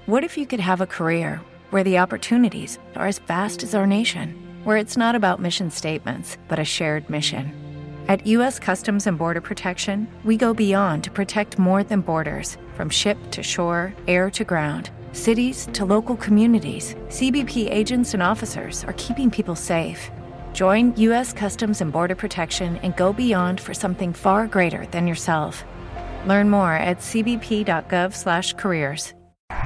What if you could have a career where the opportunities are as vast as our nation, where it's not about mission statements, but a shared mission? At U.S. Customs and Border Protection, we go beyond to protect more than borders. From ship to shore, air to ground, cities to local communities, CBP agents and officers are keeping people safe. Join U.S. Customs and Border Protection and go beyond for something far greater than yourself. Learn more at cbp.gov/careers.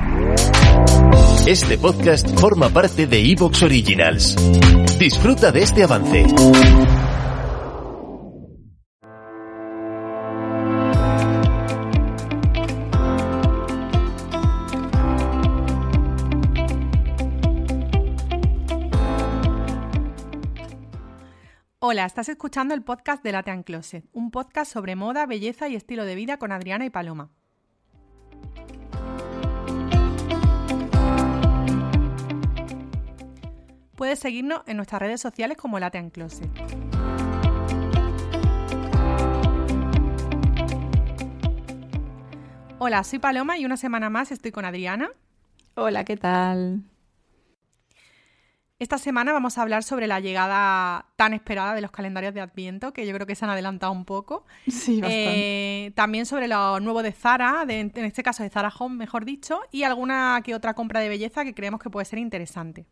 Este podcast forma parte de Evox Originals. Disfruta de este avance. Hola, estás escuchando el podcast de Latte & Closet, un podcast sobre moda, belleza y estilo de vida con Adriana y Paloma. Puedes seguirnos en nuestras redes sociales como Latte & Closet. Hola, soy Paloma y una semana más estoy con Adriana. Hola, ¿qué tal? Esta semana vamos a hablar sobre la llegada tan esperada de los calendarios de Adviento, que yo creo que se han adelantado un poco. Sí, bastante. También sobre lo nuevo de Zara, en este caso de Zara Home, mejor dicho, y alguna que otra compra de belleza que creemos que puede ser interesante.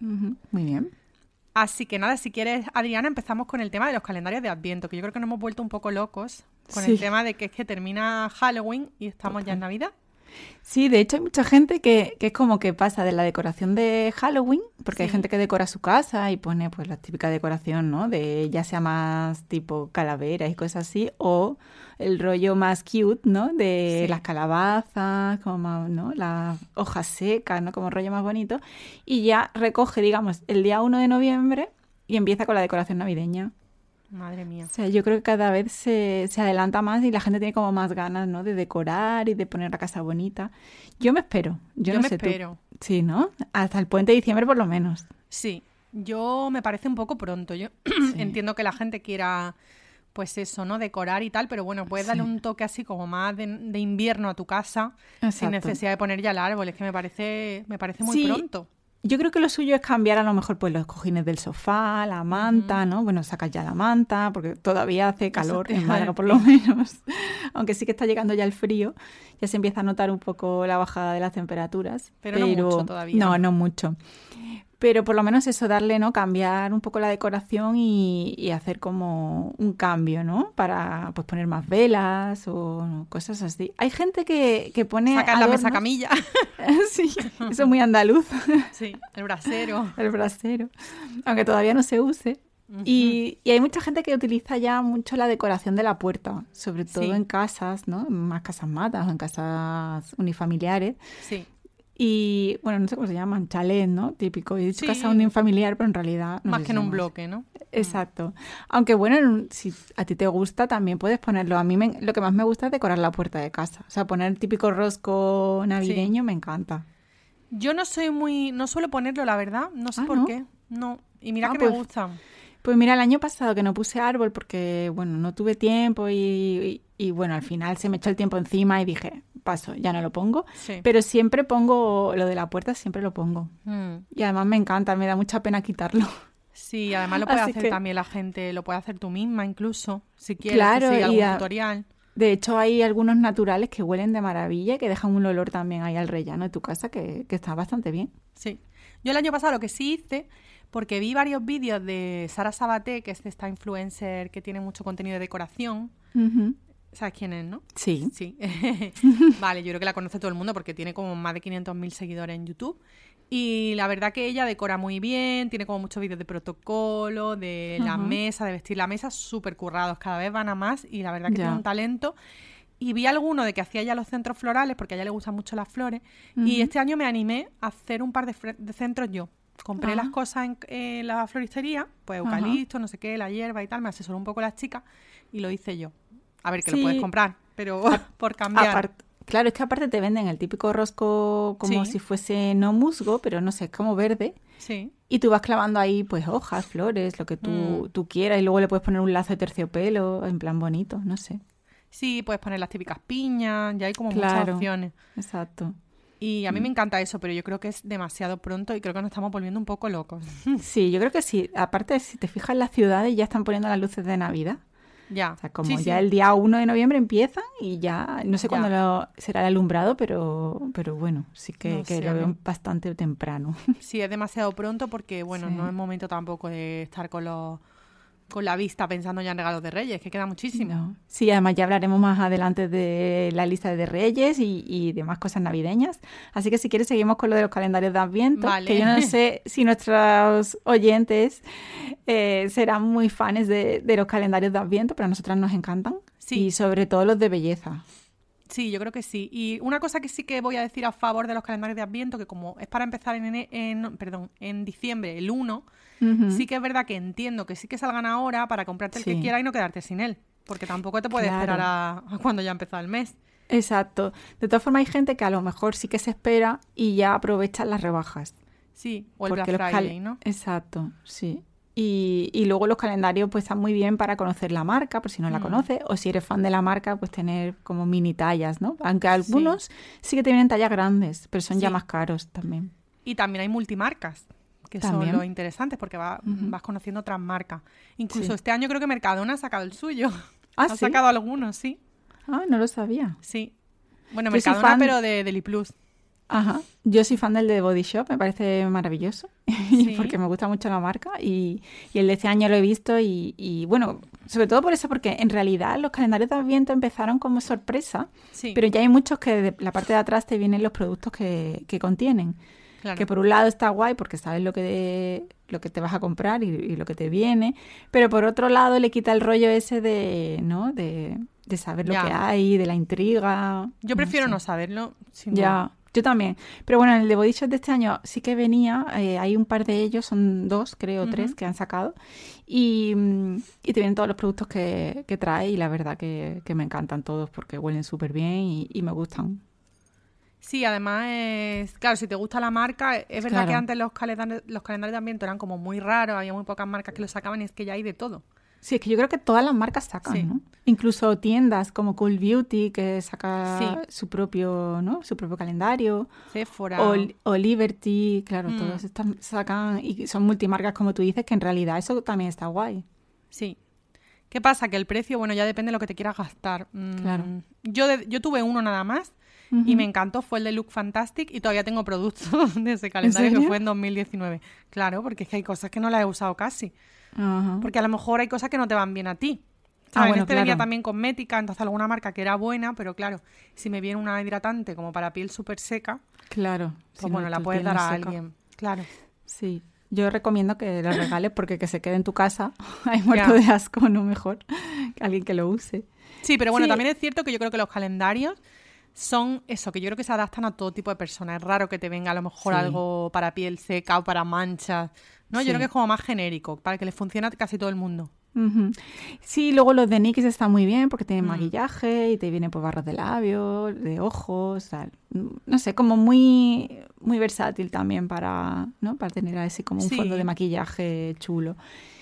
Muy bien. Así que nada, si quieres, Adriana, empezamos con el tema de los calendarios de Adviento, que yo creo que nos hemos vuelto un poco locos con el tema de que es que termina Halloween y estamos ya en Navidad. Sí, de hecho hay mucha gente que es como que pasa de la decoración de Halloween, porque hay gente que decora su casa y pone pues la típica decoración, ¿no? De ya sea más tipo calaveras y cosas así, o el rollo más cute, ¿no? De las calabazas, como, ¿no? Las hojas secas, ¿no? Como rollo más bonito. Y ya recoge, digamos, el día 1 de noviembre y empieza con la decoración navideña. Madre mía. O sea, yo creo que cada vez se adelanta más y la gente tiene como más ganas, ¿no? De decorar y de poner la casa bonita. Yo me espero. Yo no sé espero. Tú. Sí, ¿no? Hasta el puente de diciembre por lo menos. Sí, yo me parece un poco pronto. Yo entiendo que la gente quiera, pues eso, ¿no? Decorar y tal, pero bueno, puedes darle un toque así como más de invierno a tu casa. Exacto. Sin necesidad de poner ya el árbol. Es que me parece muy pronto. Yo creo que lo suyo es cambiar a lo mejor pues los cojines del sofá, la manta, ¿no? Bueno, sacas ya la manta porque todavía hace calor en Málaga por lo menos. Aunque sí que está llegando ya el frío, ya se empieza a notar un poco la bajada de las temperaturas. Pero no mucho todavía. No mucho. Pero por lo menos eso, darle, ¿no? Cambiar un poco la decoración y hacer como un cambio, ¿no? Para pues poner más velas o cosas así. Hay gente que pone sacar la mesa camilla. Sí, eso es muy andaluz. Sí, el brasero. El brasero. Aunque todavía no se use. Y hay mucha gente que utiliza ya mucho la decoración de la puerta, sobre todo en casas, ¿no? Más casas matas o en casas unifamiliares. Sí. Y, bueno, no sé cómo se llaman, chalés, ¿no? Típico. He dicho casa unifamiliar, pero en realidad... No más que en un bloque, ¿no? Exacto. Aunque, bueno, si a ti te gusta, también puedes ponerlo. A mí lo que más me gusta es decorar la puerta de casa. O sea, poner el típico rosco navideño me encanta. Yo no suelo ponerlo, la verdad. No sé por qué. No. Y mira que me gusta. Pues mira, el año pasado que no puse árbol porque, bueno, no tuve tiempo y bueno, al final se me echó el tiempo encima y dije, paso, ya no lo pongo. Sí. Pero siempre pongo lo de la puerta, siempre lo pongo. Y además me encanta, me da mucha pena quitarlo. Sí, además lo puede hacer también la gente, lo puede hacer tú misma incluso, si quieres, claro, que siga algún tutorial. De hecho, hay algunos naturales que huelen de maravilla y que dejan un olor también ahí al rellano de tu casa que está bastante bien. Sí. Yo el año pasado lo que sí hice, porque vi varios vídeos de Sara Sabaté, que es esta influencer que tiene mucho contenido de decoración. ¿Sabes quién es, no? Sí. Sí. Vale, yo creo que la conoce todo el mundo porque tiene como más de 500.000 seguidores en YouTube. Y la verdad que ella decora muy bien, tiene como muchos vídeos de protocolo, de la mesa, de vestir la mesa, súper currados, cada vez van a más y la verdad que tiene un talento. Y vi alguno de que hacía ya los centros florales, porque a ella le gustan mucho las flores, y este año me animé a hacer un par de centros yo. Compré las cosas en la floristería, pues eucalipto, no sé qué, la hierba y tal, me asesoró un poco la chica y lo hice yo. A ver, que lo puedes comprar, pero por cambiar. Claro, es que aparte te venden el típico rosco como si fuese no musgo, pero no sé, es como verde. Sí. Y tú vas clavando ahí pues hojas, flores, lo que tú quieras, y luego le puedes poner un lazo de terciopelo en plan bonito, no sé. Sí, puedes poner las típicas piñas, ya hay como muchas opciones. Exacto. Y a mí me encanta eso, pero yo creo que es demasiado pronto y creo que nos estamos volviendo un poco locos. Sí, yo creo que sí. Aparte, si te fijas, las ciudades ya están poniendo las luces de Navidad. Ya. O sea, como Sí, ya sí. el día 1 de noviembre empiezan y ya, no sé Ya. cuándo será el alumbrado, pero bueno, sí que, No que sé, lo a veo mí- bastante temprano. Sí, es demasiado pronto porque, bueno, Sí. no es momento tampoco de estar con la vista pensando ya en regalos de Reyes, que queda muchísimo. No. Sí, además ya hablaremos más adelante de la lista de Reyes y demás cosas navideñas. Así que si quieres seguimos con lo de los calendarios de Adviento, Vale. que yo no sé si nuestros oyentes serán muy fans de los calendarios de Adviento, pero a nosotras nos encantan. Sí. Y sobre todo los de belleza. Sí, yo creo que sí. Y una cosa que sí que voy a decir a favor de los calendarios de Adviento, que como es para empezar en diciembre, el 1, Ujú. sí que es verdad que entiendo que sí que salgan ahora para comprarte el que Sí. quieras y no quedarte sin él. Porque tampoco te puedes Claro. esperar a cuando ya ha empezado el mes. Exacto. De todas formas hay gente que a lo mejor sí que se espera y ya aprovecha las rebajas. Sí, o el Porque Black los Friday, ¿no? Exacto, sí. Y luego los calendarios pues están muy bien para conocer la marca, por si no la conoces, o si eres fan de la marca, pues tener como mini tallas, ¿no? Aunque algunos sí que te vienen tallas grandes, pero son ya Sí. más caros también. Y también hay multimarcas, que También. son lo interesantes porque vas conociendo otras marcas. Incluso Sí. este año creo que Mercadona ha sacado el suyo. ¿Ah, ha sí? sacado algunos, sí. Ah, no lo sabía. Sí. Bueno, Yo soy Mercadona, fan- pero de Deli Plus. Ajá. Yo soy fan del de Body Shop, me parece maravilloso, Sí. porque me gusta mucho la marca y el de este año lo he visto y bueno, sobre todo por eso, porque en realidad los calendarios de Adviento empezaron como sorpresa, Sí, pero ya hay muchos que de la parte de atrás te vienen los productos que contienen. claro. Que por un lado está guay porque sabes lo que te vas a comprar y lo que te viene, pero por otro lado le quita el rollo ese de, ¿no? De saber lo Ya. que hay, de la intriga. Yo prefiero sé. no saberlo, sin duda. Ya, yo también. Pero bueno, en el de Body Shop de este año sí que venía, hay un par de ellos, son 2, creo, 3 que han sacado, y te vienen todos los productos que trae y la verdad que me encantan todos porque huelen súper bien y me gustan. Sí, además es... Claro, si te gusta la marca, es verdad Claro. que antes los calendarios de Adviento eran como muy raros, había muy pocas marcas que lo sacaban y es que ya hay de todo. Sí, es que yo creo que todas las marcas sacan, Sí. ¿no? Incluso tiendas como Cool Beauty que saca Sí. su propio, ¿no? Su propio calendario. Sephora. O Liberty, claro, Mm. todos estas sacan y son multimarcas como tú dices, que en realidad eso también está guay. Sí. ¿Qué pasa? Que el precio, bueno, ya depende de lo que te quieras gastar. Claro. Yo tuve uno nada más y me encantó, fue el de Look Fantastic y todavía tengo productos de ese calendario que serio? fue en 2019. Claro, porque es que hay cosas que no las he usado casi. Ajá. Porque a lo mejor hay cosas que no te van bien a ti. ¿Sabes? bueno, Este venía claro. también cosmética, entonces alguna marca que era buena, pero claro, si me viene una hidratante como para piel súper seca, Claro. pues si no, bueno, la tu puedes piel dar no a seca. alguien. Claro. Sí. Yo recomiendo que lo regales porque que se quede en tu casa. Hay muerto Ya. de asco, no mejor. Que alguien que lo use. Sí, pero bueno, Sí. también es cierto que yo creo que los calendarios son eso, que yo creo que se adaptan a todo tipo de personas. Es raro que te venga a lo mejor Sí. algo para piel seca o para manchas, ¿no? Yo Sí. creo que es como más genérico, para que le funcione a casi todo el mundo. Ujú. Sí, luego los de NYX están muy bien porque Mm. tienen maquillaje y te vienen pues barros de labios, de ojos, tal. No sé, como muy muy versátil también para, ¿no? Para tener así como un Sí. fondo de maquillaje chulo.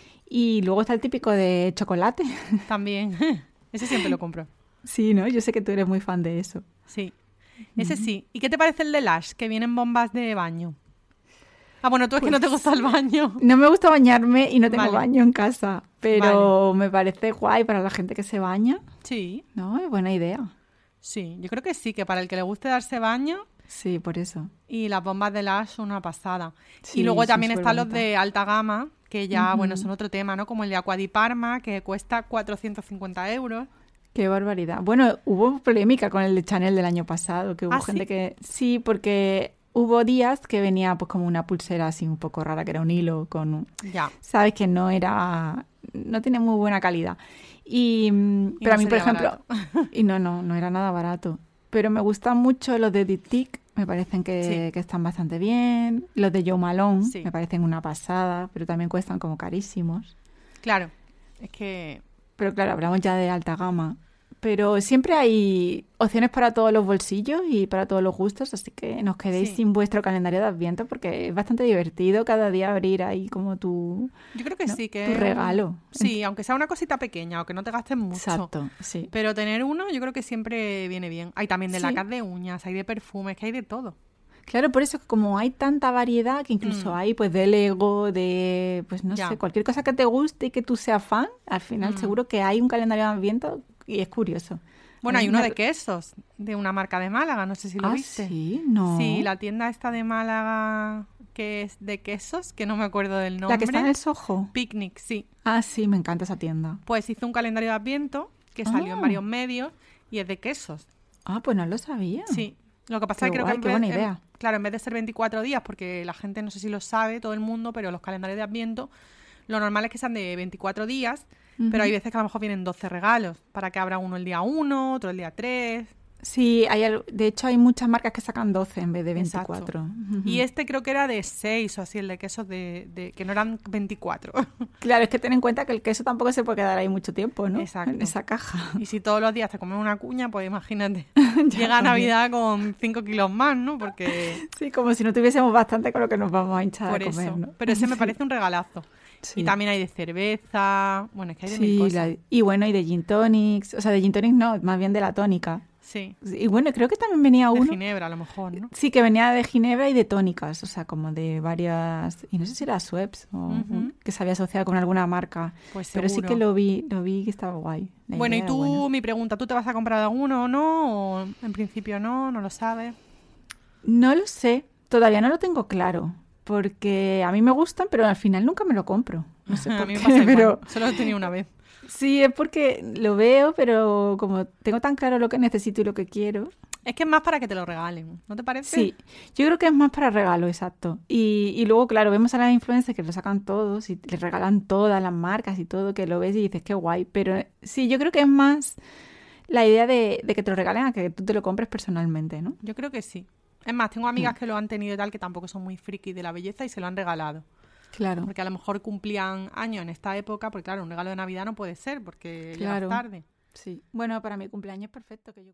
Y luego está el típico de chocolate. También, ese siempre lo compro. Sí, ¿no? Yo sé que tú eres muy fan de eso. Sí, ese sí. ¿Y qué te parece el de Lash, que vienen bombas de baño? Ah, bueno, tú es que no te gusta el baño. No me gusta bañarme y no tengo Vale. baño en casa, pero me parece guay para la gente que se baña, Sí, ¿no? Es buena idea. sí, yo creo que sí, que para el que le guste darse baño Sí, por eso. y las bombas de Lash son una pasada. Sí, y luego son también están los superbonitas. de alta gama, que ya, bueno, son otro tema, ¿no? Como el de Aqua di Parma, que cuesta 450 euros. Qué barbaridad. Bueno, hubo polémica con el de Chanel del año pasado, que hubo ¿Ah, gente sí? que... Sí, porque hubo días que venía pues como una pulsera así un poco rara, que era un hilo con... Ya. Sabes que no era... No tiene muy buena calidad. Pero no a mí, por sería ejemplo... Y no era nada barato. Pero me gustan mucho los de Diptyque, me parecen que están bastante bien. Los de Jo Malone Sí. me parecen una pasada, pero también cuestan como carísimos. Claro, es que... Pero claro, hablamos ya de alta gama. Pero siempre hay opciones para todos los bolsillos y para todos los gustos, así que no os quedéis Sí. sin vuestro calendario de Adviento porque es bastante divertido cada día abrir ahí como tu... Yo creo que ¿no? sí, que... Tu regalo. Sí, aunque sea una cosita pequeña o que no te gastes mucho. Exacto, sí. Pero tener uno yo creo que siempre viene bien. Hay también de Sí. lacas de uñas, hay de perfumes, que hay de todo. Claro, por eso como hay tanta variedad que incluso hay pues de Lego, de pues no sé, cualquier cosa que te guste y que tú seas fan, al final seguro que hay un calendario de Adviento y es curioso. Bueno, hay uno de quesos, de una marca de Málaga, no sé si lo viste. ¿Sí? No. Sí, la tienda esta de Málaga que es de quesos, que no me acuerdo del nombre. ¿La que está en el Soho? Picnic, sí. Ah, sí, me encanta esa tienda. Pues hizo un calendario de Adviento que salió en varios medios y es de quesos. Ah, pues no lo sabía. Sí. Lo que pasa es que creo que qué buena idea. Claro, en vez de ser 24 días, porque la gente no sé si lo sabe, todo el mundo, pero los calendarios de Adviento, lo normal es que sean de 24 días, pero hay veces que a lo mejor vienen 12 regalos, para que abra uno el día 1, otro el día 3... Sí, de hecho hay muchas marcas que sacan 12 en vez de 24. Y este creo que era de 6 o así, el de quesos que no eran 24. Claro, es que ten en cuenta que el queso tampoco se puede quedar ahí mucho tiempo, ¿no? Exacto. En esa caja. Y si todos los días te comes una cuña, pues imagínate. Llega Navidad con 5 kilos más, ¿no? Porque... Sí, como si no tuviésemos bastante con lo que nos vamos a hinchar por a comer, eso. ¿no? Pero ese me parece un regalazo. Sí. Y también hay de cerveza, bueno, es que hay de mil cosas. Y bueno, y de gin tonics, o sea, de gin tonics no, más bien de la tónica. Sí. Y bueno, creo que también venía uno... De ginebra, a lo mejor, ¿no? Sí, que venía de ginebra y de tónicas, o sea, como de varias... Y no sé si era Schweppes o que se había asociado con alguna marca. Pues seguro. Pero sí que lo vi que estaba guay. Bueno, y tú, mi pregunta, ¿tú te vas a comprar alguno o no? ¿O en principio no lo sabes? No lo sé, todavía no lo tengo claro. Porque a mí me gustan, pero al final nunca me lo compro. No sé por a mí qué, me pasa pero... igual. Solo lo he tenido una vez. Sí, es porque lo veo, pero como tengo tan claro lo que necesito y lo que quiero... Es que es más para que te lo regalen, ¿no te parece? Sí, yo creo que es más para regalo, exacto. Y luego, claro, vemos a las influencers que lo sacan todos y les regalan todas las marcas y todo, que lo ves y dices, qué guay. Pero sí, yo creo que es más la idea de que te lo regalen a que tú te lo compres personalmente, ¿no? Yo creo que sí. Es más, tengo amigas que lo han tenido y tal, que tampoco son muy frikis de la belleza y se lo han regalado. Claro. Porque a lo mejor cumplían años en esta época, porque claro, un regalo de Navidad no puede ser, porque claro. llega tarde. Sí. Bueno, para mi cumpleaños es perfecto que yo...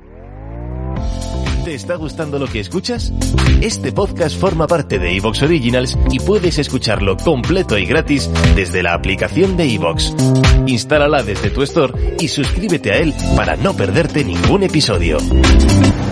¿Te está gustando lo que escuchas? Este podcast forma parte de iVoox Originals y puedes escucharlo completo y gratis desde la aplicación de iVoox. Instálala desde tu store y suscríbete a él para no perderte ningún episodio.